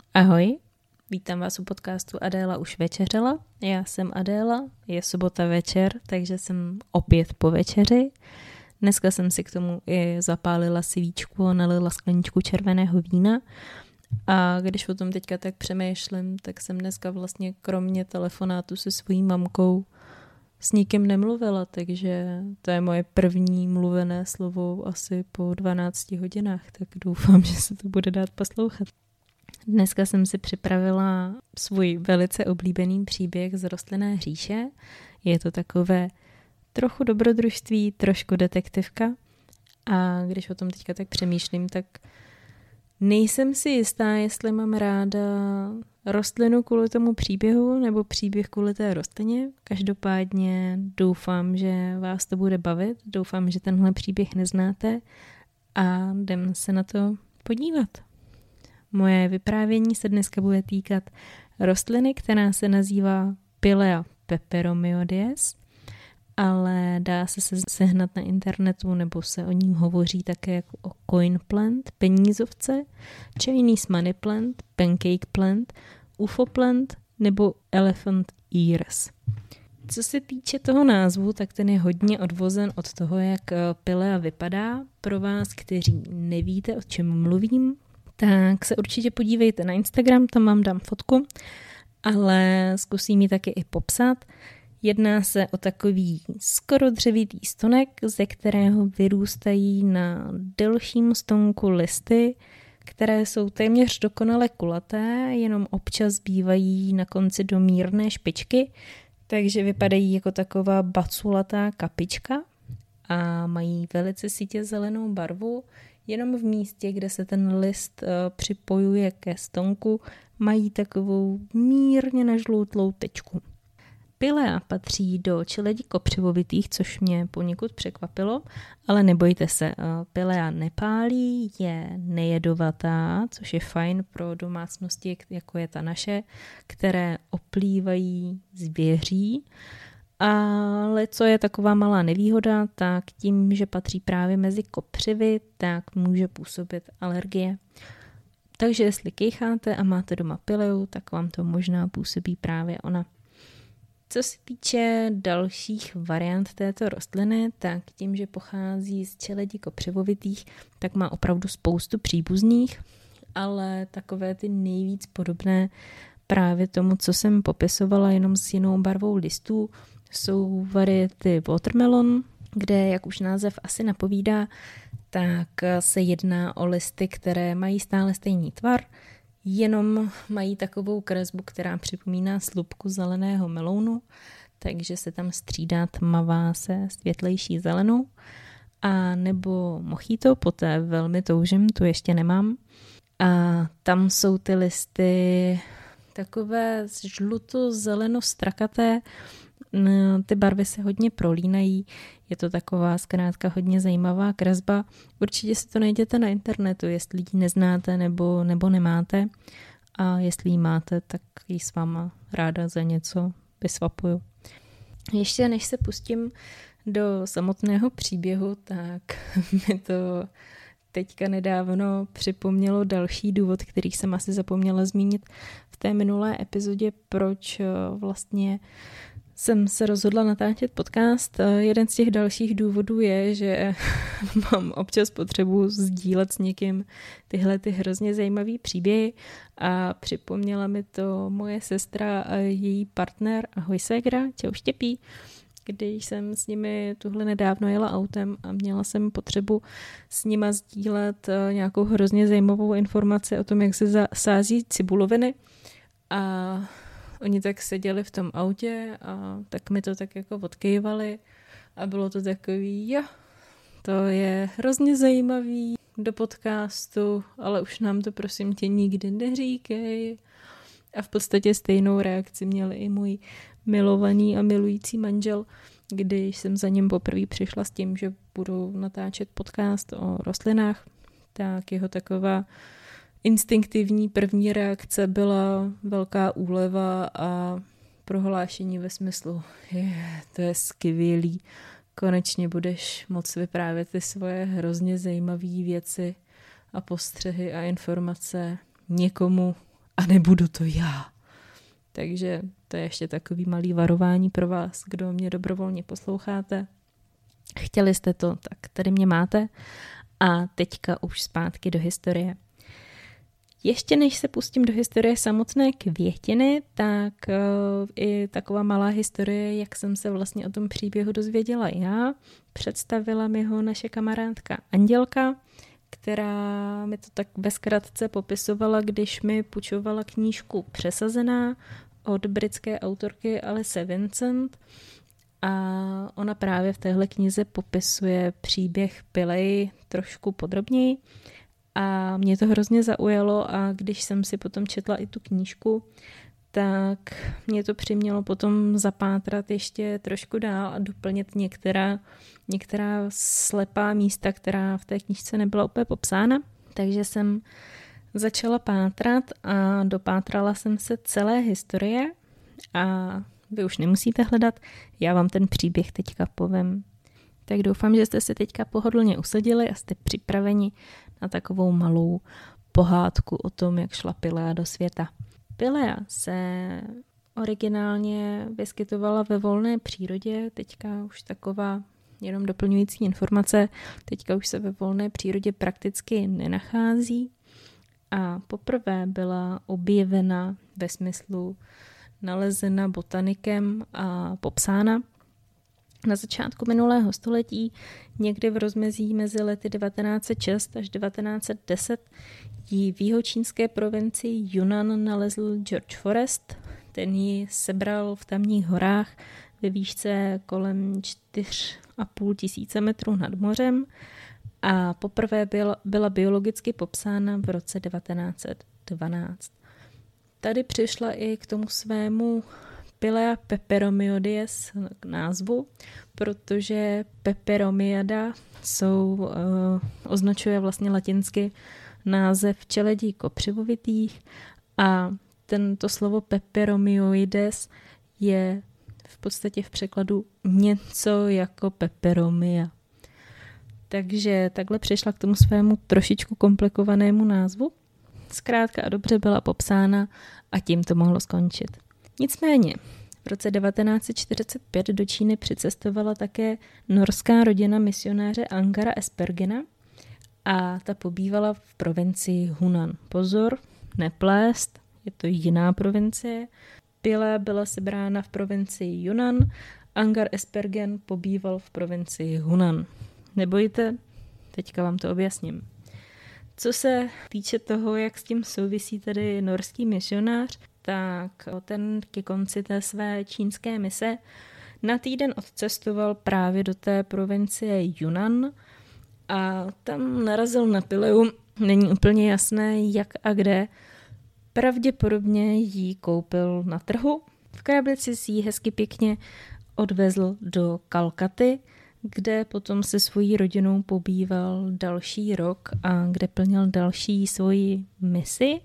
Ahoj, vítám vás u podcastu Adéla už večeřela. Já jsem Adéla, je sobota večer, takže jsem opět po večeři. Dneska jsem si k tomu i zapálila svíčku a nalila skleničku červeného vína. A když o tom teďka tak přemýšlím, tak jsem dneska vlastně kromě telefonátu se svojí mamkou s nikým nemluvila, takže to je moje první mluvené slovo asi po 12 hodinách, tak doufám, že se to bude dát poslouchat. Dneska jsem si připravila svůj velice oblíbený příběh z rostlinné říše. Je to takové trochu dobrodružství, trošku detektivka. A když o tom teďka tak přemýšlím, tak nejsem si jistá, jestli mám ráda rostlinu kvůli tomu příběhu nebo příběh kvůli té rostlině. Každopádně doufám, že vás to bude bavit. Doufám, že tenhle příběh neznáte a jdem se na to podívat. Moje vyprávění se dneska bude týkat rostliny, která se nazývá Pilea peperomioides, ale dá se sehnat na internetu nebo se o ní hovoří také jako o coin plant, penízovce, Chinese money plant, pancake plant, UFO plant nebo elephant ears. Co se týče toho názvu, tak ten je hodně odvozen od toho, jak Pilea vypadá. Pro vás, kteří nevíte, o čem mluvím, tak se určitě podívejte na Instagram, tam vám dám fotku, ale zkusím ji taky i popsat. Jedná se o takový skoro dřevitý stonek, ze kterého vyrůstají na delším stonku listy, které jsou téměř dokonale kulaté, jenom občas bývají na konci do mírné špičky, takže vypadají jako taková baculatá kapička a mají velice sytě zelenou barvu. Jenom v místě, kde se ten list připojuje ke stonku, mají takovou mírně nažloutlou tečku. Pilea patří do čeledi kopřivovitých, což mě poněkud překvapilo, ale nebojte se, Pilea nepálí, je nejedovatá, což je fajn pro domácnosti, jako je ta naše, které oplývají zvěří. Ale co je taková malá nevýhoda, tak tím, že patří právě mezi kopřivy, tak může působit alergie. Takže jestli kejcháte a máte doma pileu, tak vám to možná působí právě ona. Co se týče dalších variant této rostliny, tak tím, že pochází z čeledi kopřivovitých, tak má opravdu spoustu příbuzných, ale takové ty nejvíc podobné právě tomu, co jsem popisovala, jenom s jinou barvou listů, jsou variety watermelon, kde, jak už název asi napovídá, tak se jedná o listy, které mají stále stejný tvar, jenom mají takovou kresbu, která připomíná slupku zeleného melounu, takže se tam střídá tmavá se světlejší zelenou. A nebo mojito, poté velmi toužím, tu ještě nemám. A tam jsou ty listy takové žluto-zeleno-strakaté, ty barvy se hodně prolínají, je to taková zkrátka hodně zajímavá kresba. Určitě si to najděte na internetu, jestli ji neznáte nebo nemáte. A jestli ji máte, tak ji s váma ráda za něco vysvapuju. Ještě než se pustím do samotného příběhu, tak mi to teďka nedávno připomnělo další důvod, který jsem asi zapomněla zmínit v té minulé epizodě, proč vlastně jsem se rozhodla natáčet podcast. Jeden z těch dalších důvodů je, že mám občas potřebu sdílet s někým tyhle ty hrozně zajímavý příběhy a připomněla mi to moje sestra a její partner, ahoj ségra, čau Štěpí, když jsem s nimi tuhle nedávno jela autem a měla jsem potřebu s nima sdílet nějakou hrozně zajímavou informaci o tom, jak se sází cibuloviny a oni tak seděli v tom autě a tak mi to tak jako odkejvali a bylo to takový, jo, to je hrozně zajímavý do podcastu, ale už nám to prosím tě nikdy neříkej. A v podstatě stejnou reakci měl i můj milovaný a milující manžel, když jsem za ním poprvé přišla s tím, že budu natáčet podcast o rostlinách, tak jeho taková instinktivní první reakce byla velká úleva a prohlášení ve smyslu, to je skvělý, konečně budeš moct vyprávět ty svoje hrozně zajímavé věci a postřehy a informace někomu a nebudu to já. Takže to je ještě takový malý varování pro vás, kdo mě dobrovolně posloucháte. Chtěli jste to, tak tady mě máte. A teďka už zpátky do historie. Ještě než se pustím do historie samotné květiny, tak i taková malá historie, jak jsem se vlastně o tom příběhu dozvěděla já. Představila mi ho naše kamarádka Andělka, která mi to tak ve zkratce popisovala, když mi půjčovala knížku Přesazená od britské autorky Alice Vincent. A ona právě v téhle knize popisuje příběh Pillay trošku podrobněji. A mě to hrozně zaujalo a když jsem si potom četla i tu knížku, tak mě to přimělo potom zapátrat ještě trošku dál a doplnit některá slepá místa, která v té knížce nebyla úplně popsána. Takže jsem začala pátrat a dopátrala jsem se celé historie a vy už nemusíte hledat, já vám ten příběh teďka povím. Tak doufám, že jste se teďka pohodlně usadili a jste připraveni na takovou malou pohádku o tom, jak šla Pillea do světa. Pillea se originálně vyskytovala ve volné přírodě, teďka už taková jenom doplňující informace, teďka už se ve volné přírodě prakticky nenachází a poprvé byla objevena ve smyslu nalezena botanikem a popsána na začátku minulého století, někdy v rozmezí mezi lety 1906 až 1910, ji v jihočínské provincii Yunnan nalezl George Forrest. Ten ji sebral v tamních horách ve výšce kolem 4,5 tisíce metrů nad mořem a poprvé byla biologicky popsána v roce 1912. Tady přišla i k tomu svému Pillea peperomioides k názvu, protože peperomioida označuje vlastně latinsky název čeledí kopřivovitých a tento slovo peperomioides je v podstatě v překladu něco jako peperomia. Takže takhle přišla k tomu svému trošičku komplikovanému názvu. Zkrátka a dobře byla popsána a tím to mohlo skončit. Nicméně v roce 1945 do Číny přicestovala také norská rodina misionáře Angara Espergena a ta pobývala v provincii Hunan. Pozor, neplést, je to jiná provincie. Pillea byla sebrána v provincii Yunnan, Angar Espergen pobýval v provincii Hunan. Nebojte, teďka vám to objasním. Co se týče toho, jak s tím souvisí tedy norský misionář, tak ten ke konci té své čínské mise na týden odcestoval právě do té provincie Yunnan a tam narazil na Pilleu. Není úplně jasné, jak a kde. Pravděpodobně ji koupil na trhu. V krabici si ji hezky pěkně odvezl do Kalkaty, kde potom se svojí rodinou pobýval další rok a kde plnil další svoji misi.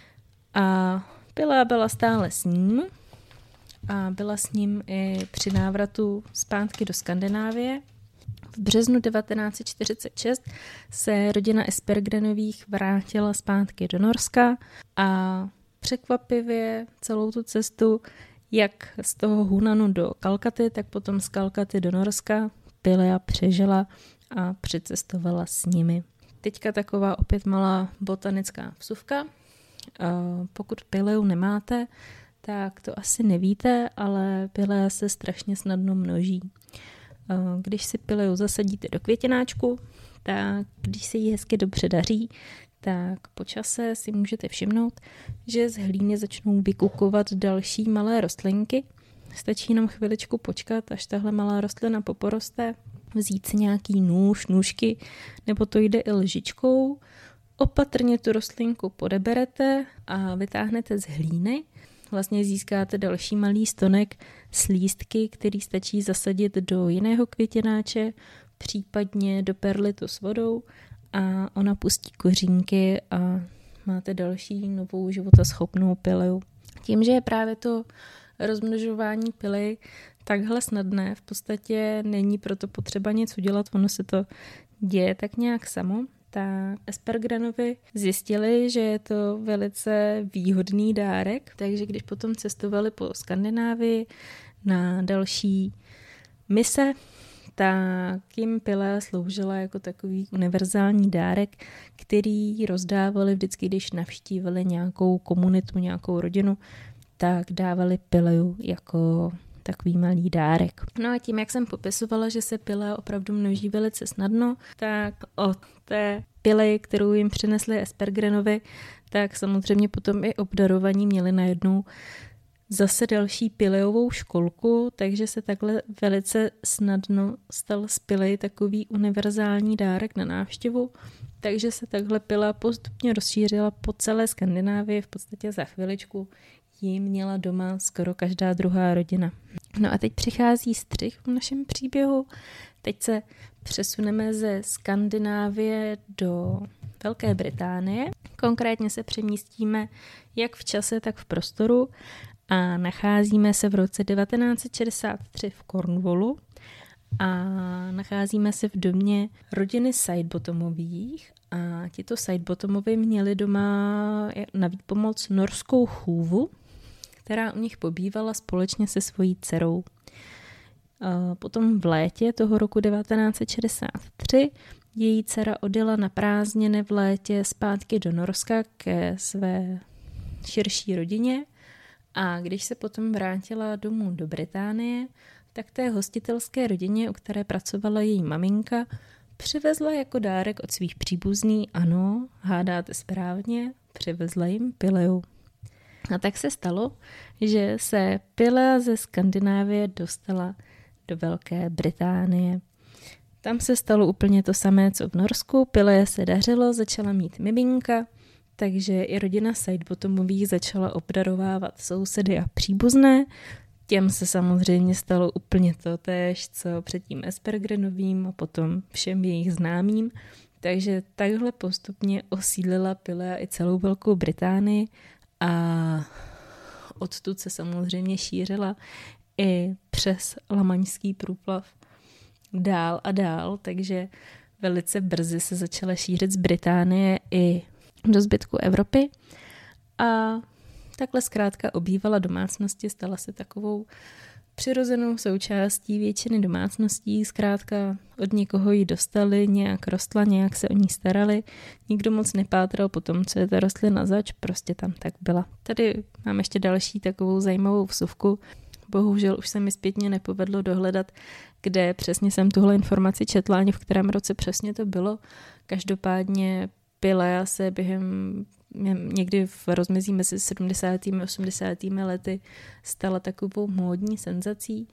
A Pillea byla stále s ním a byla s ním i při návratu zpátky do Skandinávie. V březnu 1946 se rodina Espergenových vrátila zpátky do Norska a překvapivě celou tu cestu, jak z toho Hunanu do Kalkaty, tak potom z Kalkaty do Norska, Pillea přežila a přicestovala s nimi. Teďka taková opět malá botanická vsuvka. Pokud Pilleu nemáte, tak to asi nevíte, ale Pillea se strašně snadno množí. Když si Pilleu zasadíte do květináčku, tak když se jí hezky dobře daří, tak po čase si můžete všimnout, že z hlíny začnou vykukovat další malé rostlinky. Stačí jenom chviličku počkat, až tahle malá rostlina poporoste, vzít si nějaký nůžky, nebo to jde i lžičkou. Opatrně tu rostlinku podeberete a vytáhnete z hlíny. Vlastně získáte další malý stonek s lístky, který stačí zasadit do jiného květináče, případně do perlitu s vodou a ona pustí kořínky a máte další novou životaschopnou Pilleu. Tím, že je právě to rozmnožování Pilley takhle snadné, v podstatě není proto potřeba nic udělat, ono se to děje tak nějak samo, tak Aspergrenovi zjistili, že je to velice výhodný dárek, takže když potom cestovali po Skandinávii na další mise, tak jim pile sloužila jako takový univerzální dárek, který rozdávali vždycky, když navštívili nějakou komunitu, nějakou rodinu, tak dávali pileu jako takový malý dárek. No a tím, jak jsem popisovala, že se pile opravdu množí velice snadno, tak od té pily, kterou jim přinesli Aspergrenovi, tak samozřejmě potom i obdarovaní měli najednou zase další pileovou školku, takže se takhle velice snadno stal z pily takový univerzální dárek na návštěvu, takže se takhle pila postupně rozšířila po celé Skandinávii, v podstatě za chviličku ji měla doma skoro každá druhá rodina. No a teď přichází střih v našem příběhu. Teď se přesuneme ze Skandinávie do Velké Británie. Konkrétně se přemístíme jak v čase, tak v prostoru a nacházíme se v roce 1963 v Cornwallu a nacházíme se v domě rodiny Sidebottomových a tito Sidebottomovi měli doma na výpomoc norskou chůvu, která u nich pobývala společně se svojí dcerou. Potom v létě toho roku 1963 její dcera odjela na prázdniny v létě zpátky do Norska ke své širší rodině a když se potom vrátila domů do Británie, tak té hostitelské rodině, u které pracovala její maminka, přivezla jako dárek od svých příbuzných, ano, hádáte správně, přivezla jim pileu. A tak se stalo, že se pila ze Skandinávie dostala do Velké Británie. Tam se stalo úplně to samé, co v Norsku. Pile se dařilo, začala mít miminka, takže i rodina Sidebottomových začala obdarovávat sousedy a příbuzné. Těm se samozřejmě stalo úplně to též, co předtím Aspergrenovým a potom všem jejich známým. Takže takhle postupně osídlila Pilea i celou Velkou Británii a odtud se samozřejmě šířila i přes Lamaňský průplav dál a dál, takže velice brzy se začala šířit z Británie i do zbytku Evropy a takhle zkrátka obývala domácnosti, stala se takovou přirozenou součástí většiny domácností, zkrátka od někoho ji dostali, nějak rostla, nějak se o ní starali, nikdo moc nepátral po tom, co je ta rostlina zač, prostě tam tak byla. Tady mám ještě další takovou zajímavou vsuvku, bohužel už se mi zpětně nepovedlo dohledat, kde přesně jsem tuhle informaci četla, ani v kterém roce přesně to bylo. Každopádně Pilea se během někdy v rozmezí mezi 70. a 80. lety stala takovou módní senzací,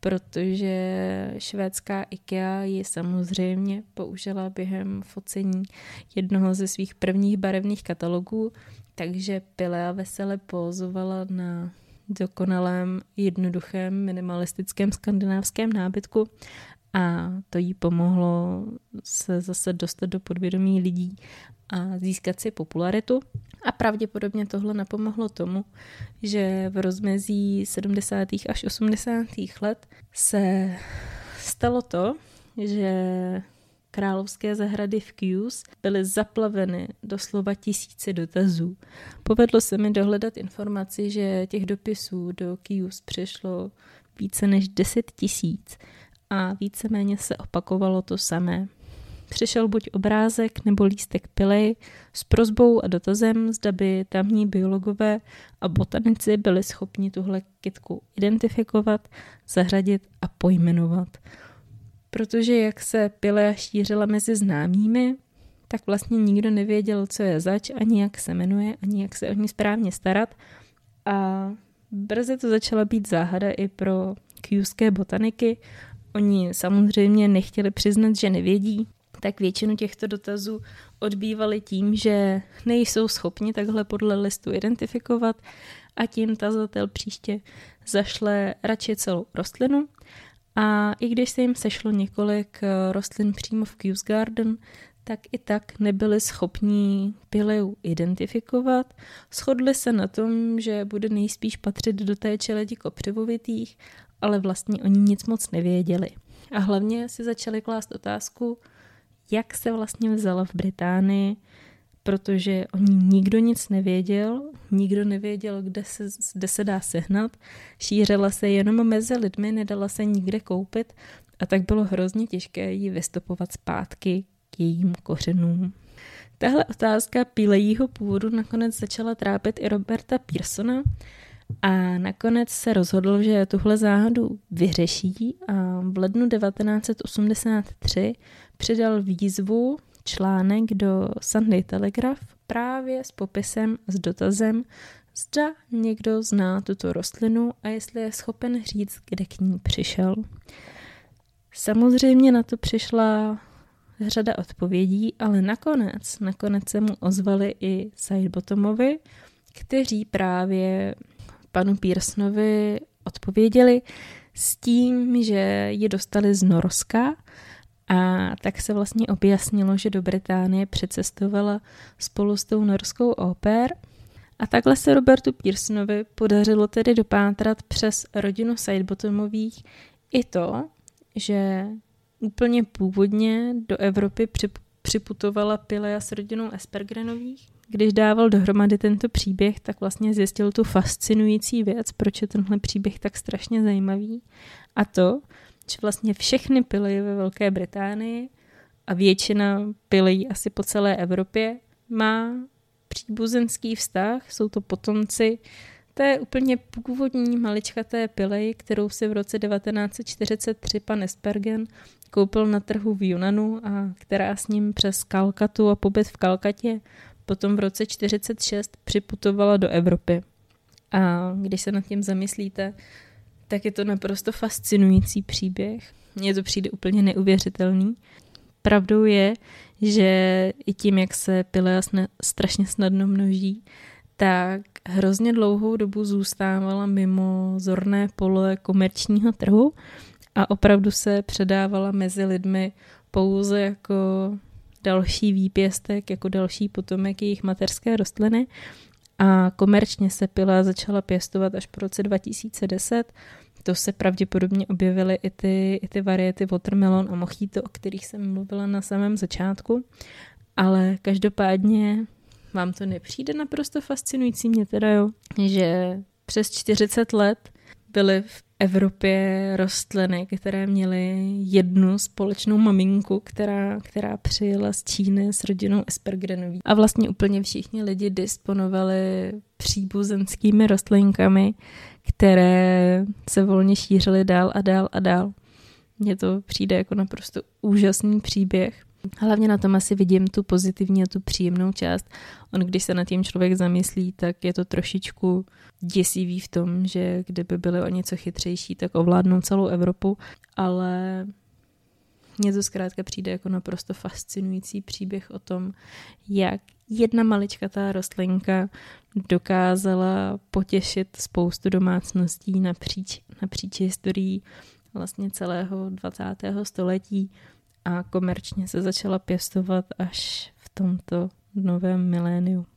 protože švédská IKEA ji samozřejmě použila během focení jednoho ze svých prvních barevných katalogů, takže Pilea vesele pózovala na dokonalém, jednoduchém, minimalistickém skandinávském nábytku a to jí pomohlo se zase dostat do podvědomí lidí a získat si popularitu. A pravděpodobně tohle napomohlo tomu, že v rozmezí 70. až 80. let se stalo to, že královské zahrady v Kews byly zaplaveny doslova tisíci dotazů. Povedlo se mi dohledat informaci, že těch dopisů do Kews přišlo více než 10 000 a víceméně se opakovalo to samé. Přišel buď obrázek nebo lístek Piley s prosbou a dotazem, zda by tamní biologové a botanici byli schopni tuhle kytku identifikovat, zařadit a pojmenovat. Protože jak se Pilea šířila mezi známými, tak vlastně nikdo nevěděl, co je zač, ani jak se jmenuje, ani jak se o ní správně starat. A brzy to začala být záhada i pro kewské botaniky. Oni samozřejmě nechtěli přiznat, že nevědí, tak většinu těchto dotazů odbývali tím, že nejsou schopni takhle podle listu identifikovat a tím tazatel příště zašle radši celou rostlinu. A i když se jim sešlo několik rostlin přímo v Kews Garden, tak i tak nebyli schopni Pileu identifikovat. Shodli se na tom, že bude nejspíš patřit do té čeledi kopřivovitých, ale vlastně oni nic moc nevěděli. A hlavně si začali klást otázku, jak se vlastně vzala v Británii, protože o ní nikdo nic nevěděl, nikdo nevěděl, kde se dá sehnat, šířila se jenom mezi lidmi, nedala se nikde koupit a tak bylo hrozně těžké ji vystopovat zpátky k jejím kořenům. Tahle otázka pílejího původu nakonec začala trápit i Roberta Pearsona a nakonec se rozhodl, že tuhle záhadu vyřeší a v lednu 1983 přidal výzvu, článek do Sunday Telegraph právě s popisem, s dotazem, zda někdo zná tuto rostlinu a jestli je schopen říct, kde k ní přišel. Samozřejmě na to přišla řada odpovědí, ale nakonec se mu ozvali i Sidebottomovi, kteří právě panu Pearsonovi odpověděli s tím, že ji dostali z Norska a tak se vlastně objasnilo, že do Británie přecestovala spolu s tou norskou oper. A takhle se Robertu Pearsonovi podařilo tedy dopátrat přes rodinu Sidebottomových i to, že úplně původně do Evropy připutovala Pylea s rodinou Aspergerových. Když dával dohromady tento příběh, tak vlastně zjistil tu fascinující věc, proč je tenhle příběh tak strašně zajímavý. A to, že vlastně všechny Pyleje ve Velké Británii a většina Pylejí asi po celé Evropě má příbuzenský vztah, jsou to potomci té úplně původní maličkaté Pyleji, kterou si v roce 1943 pan Aspergen koupil na trhu v Yunanu a která s ním přes Kalkatu a pobyt v Kalkatě potom v roce 1946 připutovala do Evropy. A když se nad tím zamyslíte, tak je to naprosto fascinující příběh. Mně to přijde úplně neuvěřitelný. Pravdou je, že i tím, jak se Pylea strašně snadno množí, tak hrozně dlouhou dobu zůstávala mimo zorné pole komerčního trhu a opravdu se předávala mezi lidmi pouze jako další výpěstek, jako další potomek jejich mateřské rostliny. A komerčně se Pylea začala pěstovat až po roce 2010. To se pravděpodobně objevily i ty variety watermelon a mojito, o kterých jsem mluvila na samém začátku. Ale každopádně vám to nepřijde naprosto fascinující, mě teda jo, že přes 40 let byly v Evropě rostliny, které měly jednu společnou maminku, která přijela z Číny s rodinou Aspergerových. A vlastně úplně všichni lidi disponovali příbuzenskými rostlinkami, které se volně šířily dál a dál a dál. Mně to přijde jako naprosto úžasný příběh. Hlavně na tom asi vidím tu pozitivní a tu příjemnou část. Když se nad tím člověk zamyslí, tak je to trošičku děsivý v tom, že kdyby byli o něco chytřejší, tak ovládnou celou Evropu, ale mně to zkrátka přijde jako naprosto fascinující příběh o tom, jak jedna maličkatá rostlinka dokázala potěšit spoustu domácností napříč historií vlastně celého 20. století a komerčně se začala pěstovat až v tomto novém miléniu.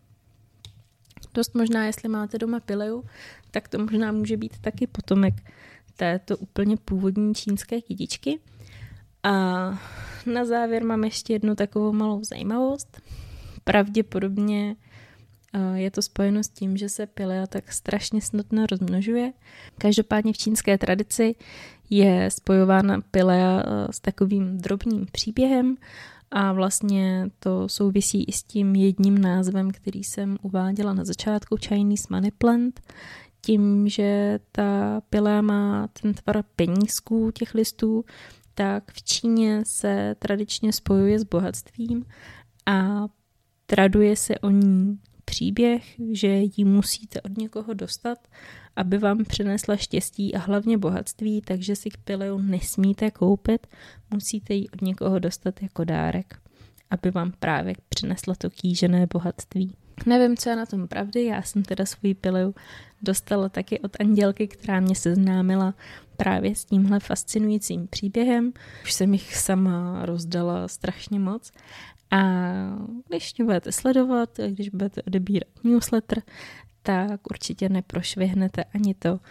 Dost možná, jestli máte doma Pyleu, tak to možná může být taky potomek této úplně původní čínské kytičky. A na závěr mám ještě jednu takovou malou zajímavost. Pravděpodobně je to spojeno s tím, že se Pylea tak strašně snadno rozmnožuje. Každopádně v čínské tradici je spojována Pylea s takovým drobným příběhem a vlastně to souvisí i s tím jedním názvem, který jsem uváděla na začátku, Chinese money plant, tím, že ta Pylea má ten tvar penízků těch listů, tak v Číně se tradičně spojuje s bohatstvím a traduje se o ní příběh, že ji musíte od někoho dostat, aby vám přinesla štěstí a hlavně bohatství, takže si Pyleu nesmíte koupit, musíte ji od někoho dostat jako dárek, aby vám právě přinesla to kýžené bohatství. Nevím, co je na tom pravdy, já jsem teda svůj Pyleu dostala taky od Andělky, která mě seznámila právě s tímhle fascinujícím příběhem. Už jsem jich sama rozdala strašně moc. A když mě budete sledovat, když budete odebírat newsletter, tak určitě neprošvihnete ani to,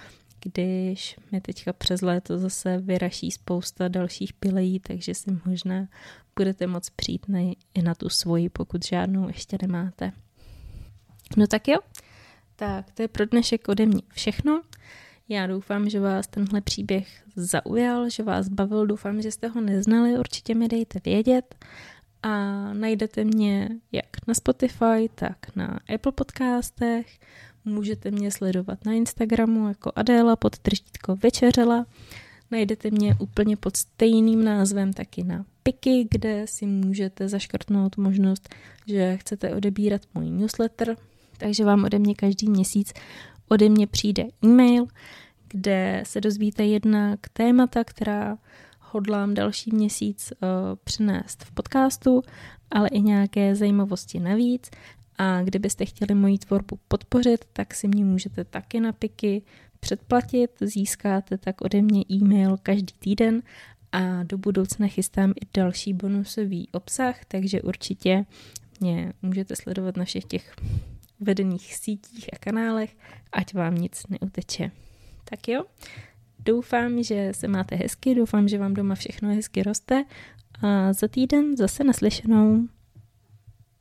když mi teďka přes léto zase vyraší spousta dalších pilejí, takže si možná budete moct přijít i na tu svoji, pokud žádnou ještě nemáte. No tak jo, tak to je pro dnešek ode mě všechno. Já doufám, že vás tenhle příběh zaujal, že vás bavil, doufám, že jste ho neznali, určitě mi dejte vědět a najdete mě jak na Spotify, tak na Apple podcastech, můžete mě sledovat na Instagramu jako Adéla_večeřela, najdete mě úplně pod stejným názvem taky na Piky, kde si můžete zaškrtnout možnost, že chcete odebírat můj newsletter, takže vám ode mě každý měsíc ode mě přijde e-mail, kde se dozvíte jednak témata, která hodlám další měsíc přinést v podcastu, ale i nějaké zajímavosti navíc. A kdybyste chtěli moji tvorbu podpořit, tak si mě můžete taky na Piky předplatit, získáte tak ode mě e-mail každý týden a do budoucna chystám i další bonusový obsah, takže určitě mě můžete sledovat na všech těch vedených sítích a kanálech, ať vám nic neuteče. Tak jo, doufám, že se máte hezky, doufám, že vám doma všechno hezky roste a za týden zase naslyšenou.